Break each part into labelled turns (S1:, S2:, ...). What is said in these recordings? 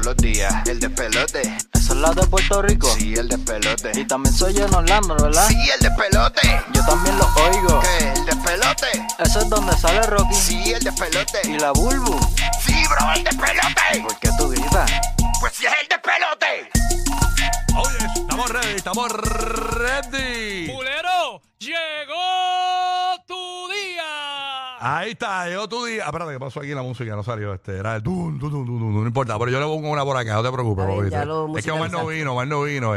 S1: los días. El despelote.
S2: ¿Esa es la de Puerto Rico?
S1: Sí, el despelote.
S2: Y también soy en Orlando, ¿verdad?
S1: Sí, el despelote.
S2: Yo también lo oigo.
S1: ¿Qué? El despelote.
S2: Eso es donde sale Rocky.
S1: Sí, el despelote.
S2: ¿Y la Bulbu?
S1: Sí, bro, el despelote.
S2: ¿Por qué tú gritas?
S1: Pues sí es el despelote.
S3: Oye, estamos ready.
S4: ¡Bulero! ¡Llegó tu día!
S3: Ahí está, llegó tu día. Espérate, ¿qué pasó aquí en la música? No salió era el dun, dun, dun, dun, dun, no importa, pero yo le pongo una por acá, no te preocupes,
S5: Está bien,
S3: papito.
S5: ya lo
S3: Es que Omar no vino,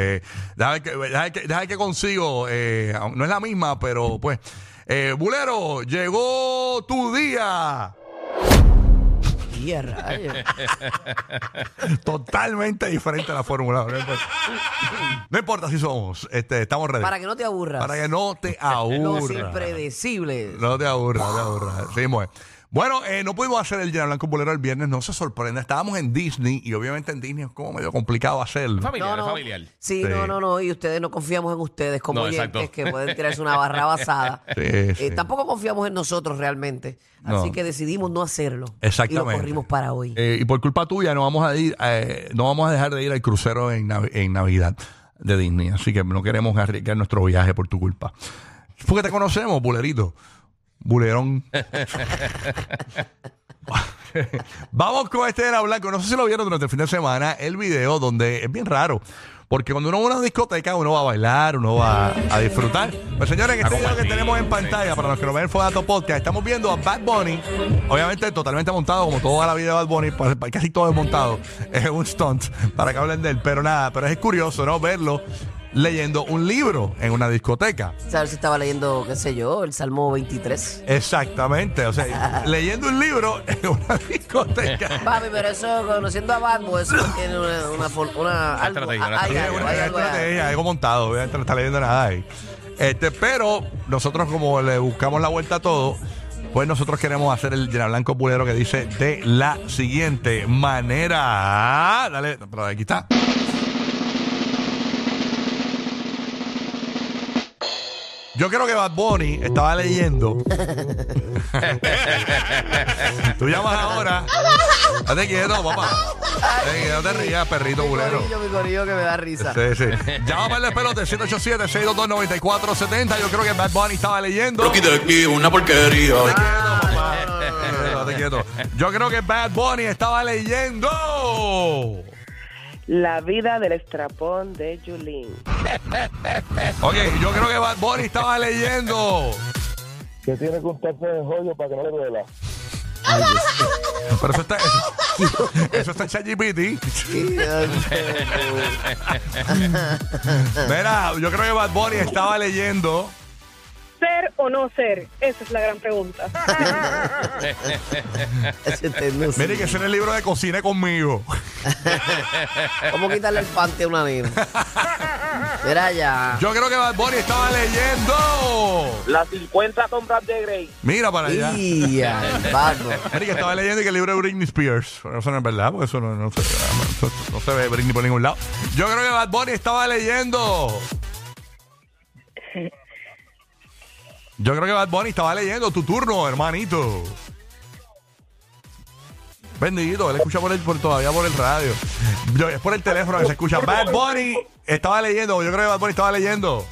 S3: deja que consigo, no es la misma, pero pues, Bulero, llegó tu día.
S5: ¡Y a rayos!
S3: Totalmente diferente a la fórmula. No importa si somos, estamos ready.
S5: Para que no te aburras.
S3: Para que no te
S5: Los
S3: aburras.
S5: impredecibles.
S3: No te aburras, no te aburras. Seguimos. Bueno, no pudimos hacer el Llena Blanco Bulero el viernes, no se sorprenda. Estábamos en Disney y obviamente en Disney es como medio complicado hacerlo.
S4: Familiar, es familiar.
S5: Sí,
S3: Sí.
S5: no. Y ustedes no confiamos en ustedes como
S4: No,
S5: oyentes
S4: exacto.
S5: que pueden tirarse una barra basada.
S3: Sí.
S5: Tampoco confiamos en nosotros realmente. Así
S3: No.
S5: que decidimos no hacerlo.
S3: Exactamente.
S5: Y lo corrimos para hoy.
S3: Y por culpa tuya no vamos a dejar de ir al crucero en Navidad de Disney. Así que no queremos arriesgar nuestro viaje por tu culpa. Porque te conocemos, Bulerito. Bulerón. Vamos con este Llena Blanco. No sé si lo vieron durante el fin de semana, el video donde es bien raro. Porque cuando uno va a una discoteca, uno va a bailar, uno va a disfrutar. Pues señores, en este video que tenemos en pantalla, para los que lo ven en Fodato Podcast, estamos viendo a Bad Bunny, obviamente totalmente montado, como toda la vida de Bad Bunny, casi todo es montado, es un stunt, para que hablen de él, pero nada, pero es curioso, ¿no? Verlo leyendo un libro en una discoteca.
S5: ¿Sabes si estaba leyendo, qué sé yo, el Salmo 23?
S3: Exactamente, o sea, leyendo un libro en una discoteca.
S5: Papi, pero eso, conociendo a Batbo, eso tiene una
S4: estrategia, una
S5: hay
S3: Sí,
S5: algo,
S3: una
S5: hay algo ahí.
S3: estrategia, algo montado, obviamente no está leyendo nada ahí. Pero nosotros como le buscamos la vuelta a todo, pues nosotros queremos hacer el Llena Blanco Bulero que dice de la siguiente manera. Dale, pero aquí está. Yo creo que Bad Bunny estaba leyendo. Tú llamas ahora. Date quieto, papá. No te rías, perrito bulero.
S5: Mi corillo que me da risa.
S3: Sí. Llama para el despelote 787-622-9470. Yo creo que Bad Bunny estaba leyendo.
S6: Rocky de aquí, una porquería.
S3: Date quieto, papá. Date quieto. Yo creo que Bad Bunny estaba leyendo.
S7: La vida del estrapón de Yulín.
S3: Ok, yo creo que Bad Bunny estaba leyendo.
S8: Que tiene que untarse de joyo para que no le duela.
S3: Pero eso está en ChatGPT. Mira, yo creo que Bad Bunny estaba leyendo.
S7: ¿Ser o no ser? Esa es la gran pregunta.
S3: Mire, que ese es el libro de Cocina conmigo.
S5: ¿Cómo quitarle el pante a una nena? Mira ya.
S3: Yo creo que Bad Bunny estaba leyendo.
S8: Las 50 sombras de Grey.
S3: Mira para allá.
S5: Ya, Batbo.
S3: Mira, que estaba leyendo que el libro de Britney Spears. Pero eso no es verdad, porque eso no se ve Britney por ningún lado. Yo creo que Bad Bunny estaba leyendo. Yo creo que Bad Bunny estaba leyendo. Tu turno, hermanito. Bendito, él escucha todavía por el radio. Es por el teléfono que se escucha. Bad Bunny estaba leyendo. Yo creo que Bad Bunny estaba leyendo.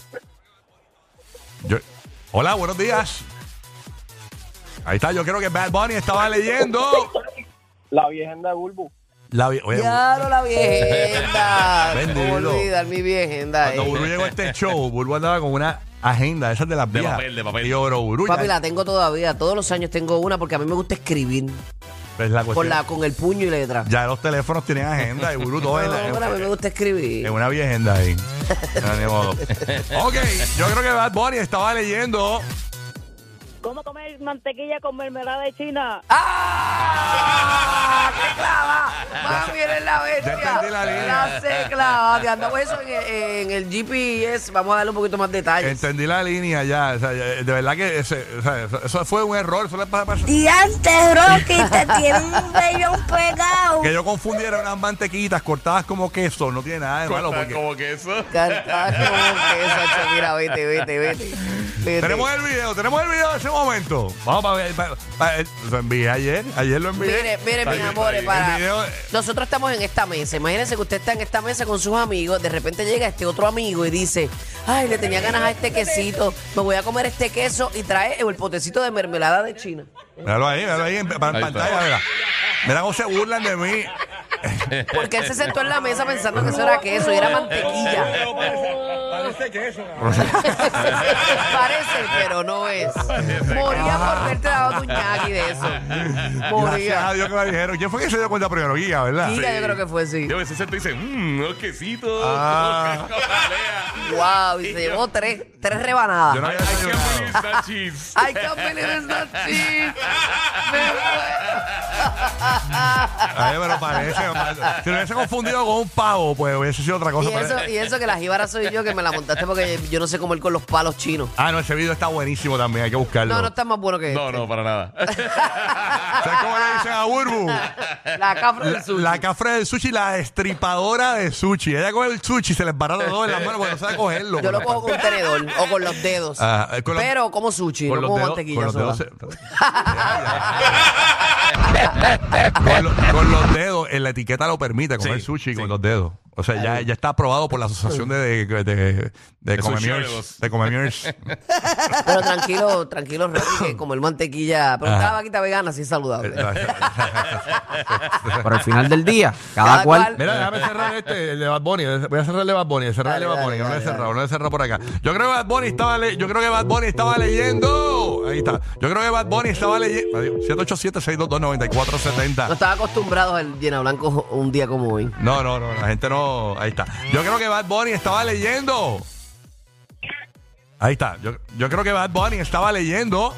S3: Hola, buenos días. Ahí está, yo creo que Bad Bunny estaba leyendo.
S8: La viejenda de Bulbu.
S3: Oye,
S5: Claro, la viejenda.
S3: Bendito.
S5: ¿Cómo olvidar mi viejenda?
S3: cuando Burbu llegó a este show, Burbu andaba con una agenda, esas de las
S4: De
S3: viejas.
S4: papel, de papel.
S3: Y yo, bro, Burbu,
S5: Papi,
S3: ya-
S5: la tengo todavía. Todos los años tengo una porque a mí me gusta escribir.
S3: es la cuestión.
S5: Con el puño y letra.
S3: Ya los teléfonos tienen agenda y Burbu todo
S5: No, pero a mí me gusta escribir.
S3: en una viejenda ahí. No, ni modo. Ok, yo creo que Bad Bunny estaba leyendo.
S7: ¿Cómo comer mantequilla con mermelada de China?
S5: ¡Ah! ¡Qué clava! ¡Mami, eres la
S3: Ya
S5: bestia!
S3: entendí la línea.
S5: La secla, te andamos eso en el GPS. Vamos a darle un poquito más detalles.
S3: Entendí la línea ya. O sea, de verdad que eso fue un error. Eso le pasa.
S7: Y antes, Rocky, te tiene un vellón pegado.
S3: Que yo confundiera unas mantequitas cortadas como queso. No tiene nada de malo. Porque...
S4: Como que eso.
S5: Cantar como que eso, Hacho, mira, vete.
S3: Tenemos el video de ese momento. Vamos para ver. Lo envié ayer lo envié.
S5: Mire, mis amores,
S3: El video-
S5: nosotros estamos en esta mesa. Imagínense que usted está en esta mesa con sus amigos. De repente llega este otro amigo y dice: ay, le tenía ganas a este quesito. Me voy a comer este queso y trae el potecito de mermelada de China.
S3: Míralo ahí en pantalla, mira. Mira cómo se burlan de mí.
S5: Porque él se sentó en la mesa pensando que eso era queso y era mantequilla.
S3: Parece queso.
S5: Parece, pero no es. Moría por verte dado un ñaqui de eso.
S3: Gracias a
S5: Moría.
S3: Dios que me dijeron. ¿Quién fue que se dio cuenta primero? Guía, ¿verdad?
S5: Giga, yo creo que fue así.
S4: Yo a veces te dicen, los quesitos.
S3: Ah.
S5: Wow, y se llevó tres rebanadas.
S3: Yo no había
S4: I can't
S3: desayunado.
S4: believe that cheese.
S5: I can't believe it's not cheese.
S3: Ay, pero parece. Si lo hubiese confundido con un pavo, pues hubiese sido otra cosa.
S5: Y eso que la jíbara soy yo que me la montaste porque yo no sé comer con los palos chinos.
S3: Ah, no, ese video está buenísimo también. Hay que buscarlo.
S5: No está más bueno que
S4: No, no, para nada.
S3: ¿Sabes cómo le dicen a Burbu?
S5: la cafra del sushi.
S3: La cafre del sushi, la destripadora de sushi. Ella coge el sushi y se le embarata todo en las manos porque no sabe cogerlo.
S5: Yo lo cojo con un tenedor o con los dedos.
S3: Con los-
S5: Pero como sushi,
S3: con
S5: no
S3: los
S5: como
S3: dedos,
S5: mantequilla
S3: con los
S5: sola.
S3: dedos con los dedos, en la etiqueta lo permite comer
S4: Sí,
S3: sushi
S4: sí.
S3: con los dedos. O sea, ya está aprobado por la Asociación de
S4: sushiólogos.
S3: Comemiers.
S5: Pero tranquilo, Rocky, que comer mantequilla. Pero cada vaquita vegana sí es saludable.
S2: Por el final del día, cada
S5: Cada
S2: cual.
S5: cual.
S3: Mira, déjame cerrar el de Bad Bunny. Voy a cerrar el de Bad Bunny. Cerrar el de
S5: Dale,
S3: Bad Bunny.
S5: dale,
S3: No lo he
S5: dale,
S3: cerrado, no lo he cerrado por acá. Yo creo que Bad Bunny estaba leyendo. Ahí está. Yo creo que Bad Bunny estaba leyendo. 787-622-9470.
S5: No estaba acostumbrado al llena blanco un día como hoy.
S3: No, la gente no. Ahí está. Yo creo que Bad Bunny estaba leyendo. Ahí está. Yo creo que Bad Bunny estaba leyendo.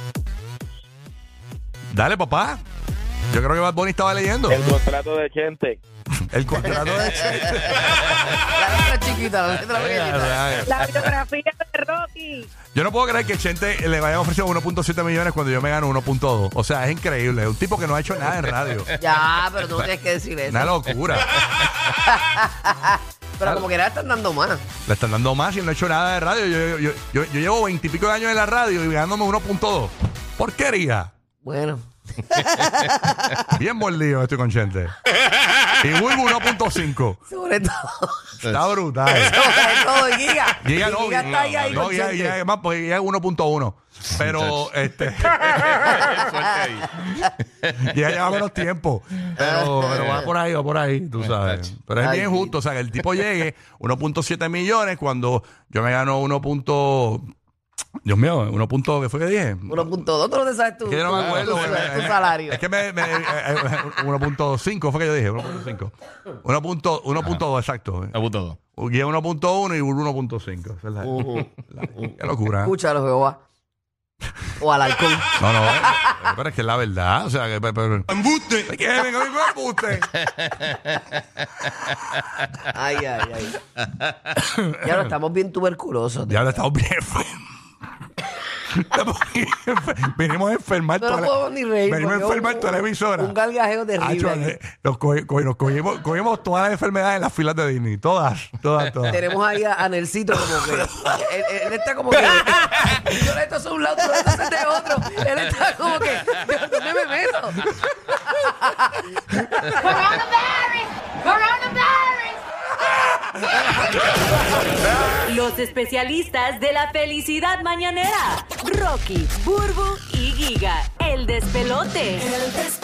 S3: Dale, papá. Yo creo que Bad Bunny estaba leyendo.
S8: El contrato de Chente.
S3: El contrato de
S5: La letra chiquita, la letra pequeñita.
S7: La biografía de Rocky.
S3: Yo no puedo creer que Chente le vaya a ofrecer 1.7 millones cuando yo me gano 1.2. O sea, es increíble. Es un tipo que no ha hecho nada en radio.
S5: Ya, pero tú no tienes que decir eso.
S3: Una locura.
S5: Pero como que le están dando más.
S3: Le están dando más y no he hecho nada de radio. Yo llevo 20 y pico de años en la radio y ganándome 1.2. Porquería.
S5: Bueno.
S3: Bien mordido estoy con Chente. Y Bulbu 1.5.
S5: Sobre todo.
S3: Está brutal.
S5: Sobre todo, Giga.
S3: Giga
S5: Y
S3: no,
S5: Giga está ahí
S3: no,
S5: con
S3: Giga
S5: Chente.
S3: es más, porque Giga es 1.1. Pero
S4: Suerte ahí.
S3: Giga lleva menos tiempo. Pero va por ahí, tú sabes. Pero es
S5: Ay,
S3: bien justo, o sea, que el tipo llegue 1.7 millones cuando yo me gano 1. Dios mío, 1. ¿Qué fue que dije?
S5: 1.2, tú no te sabes tú.
S3: Es que yo no me acuerdo.
S5: Tu salario.
S3: Es que 1.5 fue que yo dije, 1.5. 1.2, exacto.
S4: Apuntado.
S3: Guía 1.1 y Burbu 1.5. Esa es la- Qué locura.
S5: Escúchalo, Jehová. O al halcón.
S3: No, pero es que es la verdad. O sea, que. ¡Embuste! ¿Qué? Venga, venga, embuste.
S5: Ay. Ya lo estamos bien tuberculosos.
S3: Ya lo estamos bien enfermos. Venimos a enfermar
S5: No nos podemos ni reír.
S3: Venimos a
S5: porque
S3: enfermar toda la emisora.
S5: Un gargajeo terrible.
S3: Acho, nos cogimos todas las enfermedades en las filas de Disney. Todas.
S5: Tenemos ahí a Nelsito como que... él está como que... Yo le esto a un lado, tú le estás de otro. Él está como que... ¿Dónde me meto?
S9: Los especialistas de la felicidad mañanera. Rocky, Burbu y Giga. El despelote.